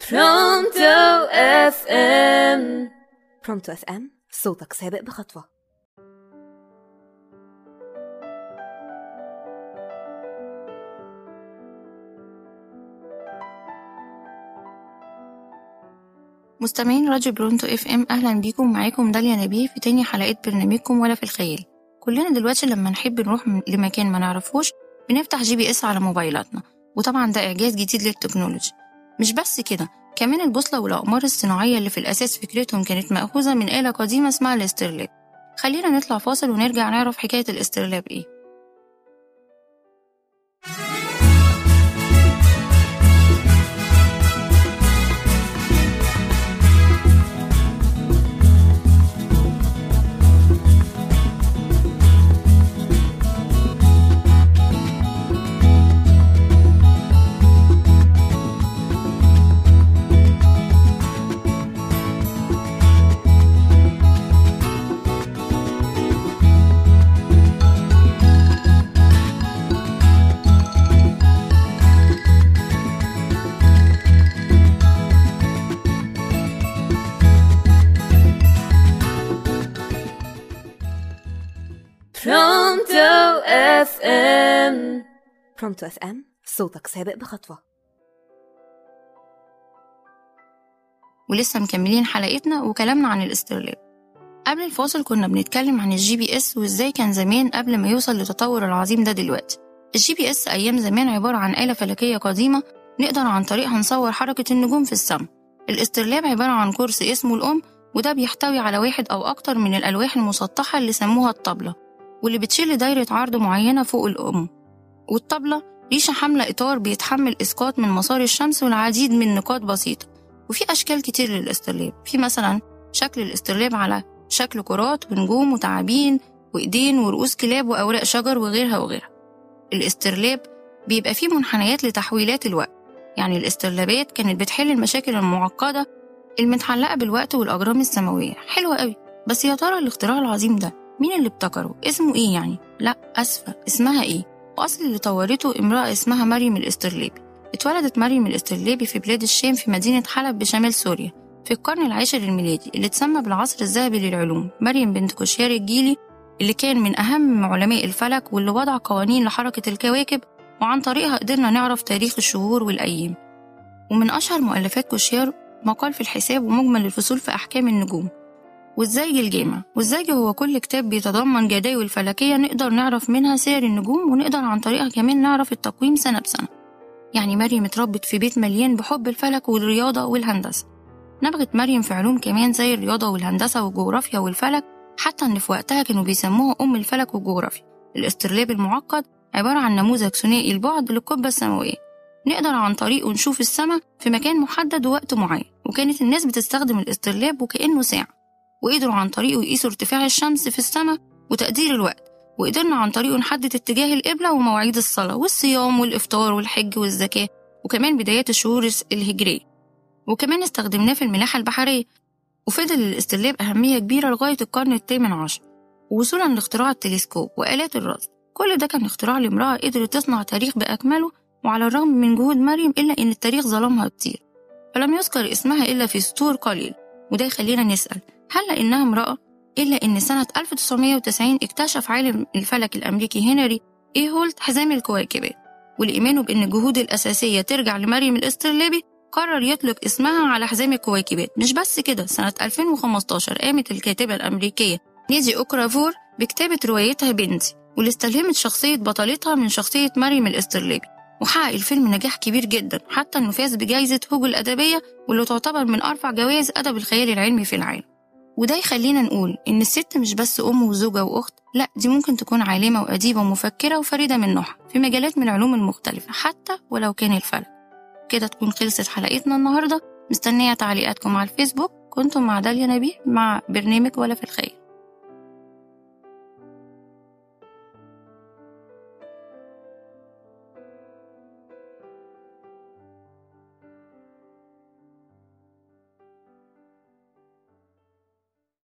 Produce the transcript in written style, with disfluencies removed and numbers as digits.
برونتو اف ام. برونتو اف ام، صوتك سابق بخطوة. مستمعين راديو برونتو اف ام، اهلا بيكم. معاكم داليا نبيه في تاني حلقات برنامجكم ولا في الخيال. كلنا دلوقتي لما نحب نروح لمكان ما نعرفوش بنفتح GPS على موبايلاتنا، وطبعا ده اعجاز جديد للتكنولوجيا. مش بس كده، كمان البوصلة والأقمار الصناعية اللي في الأساس فكرتهم كانت مأخوذة من آلة قديمة اسمها الاسترلاب. خلينا نطلع فاصل ونرجع نعرف حكاية الاسترلاب ايه. برونتو اف ام. برونتو اف ام، صوتك سابق بخطوة. ولسه مكملين حلقتنا وكلامنا عن الاسترلاب. قبل الفاصل كنا بنتكلم عن الGPS وازاي كان زمان قبل ما يوصل للتطور العظيم ده دلوقتي. الGPS ايام زمان عبارة عن آلة فلكية قديمة نقدر عن طريقها نصور حركة النجوم في السماء. الاسترلاب عبارة عن كورس اسمه الأم، وده بيحتوي على واحد أو أكتر من الألواح المسطحة اللي سموها الطبلة، واللي بتشيل دايرة عرض معينة فوق الأم. والطبلة ريشة حاملة إطار بيتحمل إسقاط من مسار الشمس والعديد من نقاط بسيطة. وفي أشكال كتير للاسترلاب، في مثلا شكل الاسترلاب على شكل كرات ونجوم وتعابين وإيدين ورؤوس كلاب وأوراق شجر وغيرها وغيرها. الاسترلاب بيبقى فيه منحنيات لتحويلات الوقت، يعني الاسترلابات كانت بتحل المشاكل المعقدة المتعلقة بالوقت والأجرام السماوية. حلوة قوي، بس يا ترى الاختراع العظيم ده مين اللي ابتكره؟ اسمه ايه يعني؟ لا أسفة، اسمها ايه؟ وأصل اللي طورته امرأة اسمها مريم الاسترلابي. اتولدت مريم الاسترلابي في بلاد الشام في مدينة حلب بشمال سوريا في القرن العاشر الميلادي، اللي اتسمى بالعصر الذهبي للعلوم. مريم بنت كوشيار الجيلي، اللي كان من أهم علماء الفلك واللي وضع قوانين لحركة الكواكب، وعن طريقها قدرنا نعرف تاريخ الشهور والأيام. ومن أشهر مؤلفات كوشيار مقال في الحساب ومجمل الفصول في أحكام النجوم والزيج الجامع. والزيج هو كل كتاب بيتضمن جداول فلكية نقدر نعرف منها سير النجوم، ونقدر عن طريقها كمان نعرف التقويم سنة بسنة. يعني مريم اتربت في بيت مليان بحب الفلك والرياضة والهندسة. نبغت مريم في علوم كمان زي الرياضة والهندسة والجغرافيا والفلك، حتى ان في وقتها كانوا بيسموها أم الفلك والجغرافيا. الاسترلاب المعقد عبارة عن نموذج ثنائي البعد للقبة السماوية، نقدر عن طريقه نشوف السماء في مكان محدد ووقت معين. وكانت الناس بتستخدم الاسترلاب وكأنه ساعة، وقدروا عن طريقه يقيسوا ارتفاع الشمس في السماء وتقدير الوقت، وقدرنا عن طريقه نحدد اتجاه القبلة ومواعيد الصلاة والصيام والإفطار والحج والزكاة، وكمان بدايات الشهور الهجرية. وكمان استخدمناه في الملاحة البحرية. وفضل الاسترلاب أهمية كبيرة لغاية القرن الثامن عشر، ووصولا لاختراع التلسكوب وآلات الرصد. كل ده كان اختراع لامرأة قدرت تصنع تاريخ بأكمله، وعلى الرغم من جهود مريم إلا إن التاريخ ظلمها كتير، فلم يذكر اسمها إلا في سطور قليل. وده يخلينا نسأل، هل لأنها امرأة؟ إلا إن سنة 1990 اكتشف عالم الفلك الأمريكي هنري إيه هولت حزام الكويكبات، والإيمان بأن الجهود الأساسية ترجع لمريم الاسترلابي قرر يطلق اسمها على حزام الكويكبات. مش بس كده، سنة 2015 قامت الكاتبة الأمريكية نيدي أوكرافور بكتابة روايتها بنتي، واللي استلهمت شخصية بطلتها من شخصية مريم الاسترلابي. وحقق الفيلم نجاح كبير جدا، حتى إنه فاز بجائزة هوجو الأدبية، واللي تعتبر من أرفع جوائز أدب الخيال العلمي في العالم. وده يخلينا نقول إن الست مش بس أم وزوجة وأخت، لأ، دي ممكن تكون عالمة وأديبة ومفكرة وفريدة من نوعها في مجالات من العلوم المختلفة، حتى ولو كان الفلك. كده تكون خلصت حلقتنا النهاردة. مستنية تعليقاتكم على الفيسبوك. كنتم مع داليا نبيه مع برنامج ولا في الخيال.